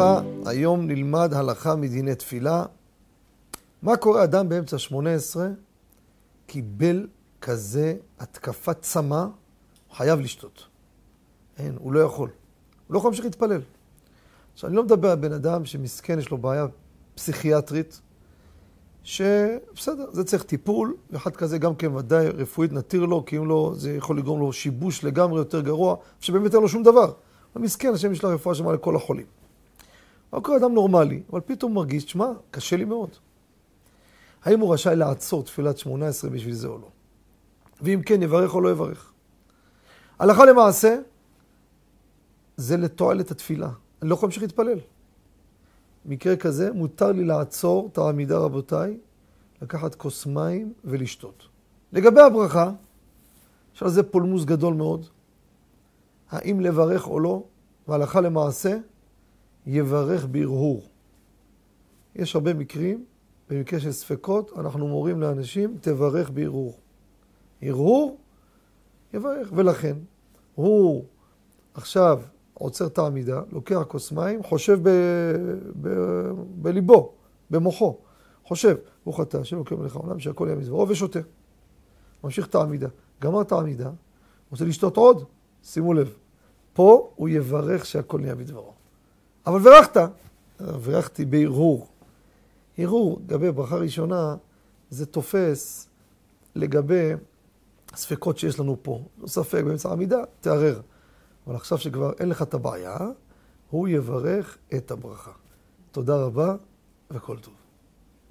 וברכה. היום נלמד הלכה מדיני תפילה. מה קורה אדם באמצע 18? קיבל כזה התקפת צמא, הוא חייב לשתות. אין, הוא לא יכול. הוא לא יכול להמשיך להתפלל. עכשיו, אני לא מדבר על בן אדם שמסכן, יש לו בעיה פסיכיאטרית, שבסדר, זה צריך טיפול, ואחד כזה גם כן ודאי רפואית נתיר לו, כי אם לא, זה יכול לגרום לו שיבוש לגמרי יותר גרוע, שבאמת אין לו שום דבר. הוא מסכן, השם יש לה רפואה שמה לכל החולים. אבל קורה אדם נורמלי, אבל פתאום הוא מרגיש, תשמע, קשה לי מאוד. האם הוא רשאי לעצור תפילת 18 בשביל זה או לא? ואם כן, יברך או לא יברך? הלכה למעשה, זה לתועלת התפילה. אני לא יכול להמשיך להתפלל. מקרה כזה, מותר לי לעצור את העמידה, רבותיי, לקחת כוס מים ולשתות. לגבי הברכה, יש על זה פולמוס גדול מאוד. האם לברך או לא, והלכה למעשה, יברך בהרהור. יש הרבה מקרים, במקרה של ספקות, אנחנו מורים לאנשים, תברך בהרהור. הרהור, יברך. ולכן, הוא עכשיו עוצר את העמידה, לוקח כוס מים, חושב בליבו, במוחו. חושב, ברוך אתה, השם אלוקים מלך העולם, שהכל יהיה מזבחו, ושותה. ממשיך את העמידה. גמר את העמידה, רוצה לשתות עוד? שימו לב. פה הוא יברך שהכל נהיה בדברו. אבל ברכתי בהרהור. הרהור, לגבי ברכה ראשונה, זה תופס לגבי ספקות שיש לנו פה. לא ספק, באמצע העמידה, תערר. אבל עכשיו שכבר אין לך את הבעיה, הוא יברך את הברכה. תודה רבה וכל טוב.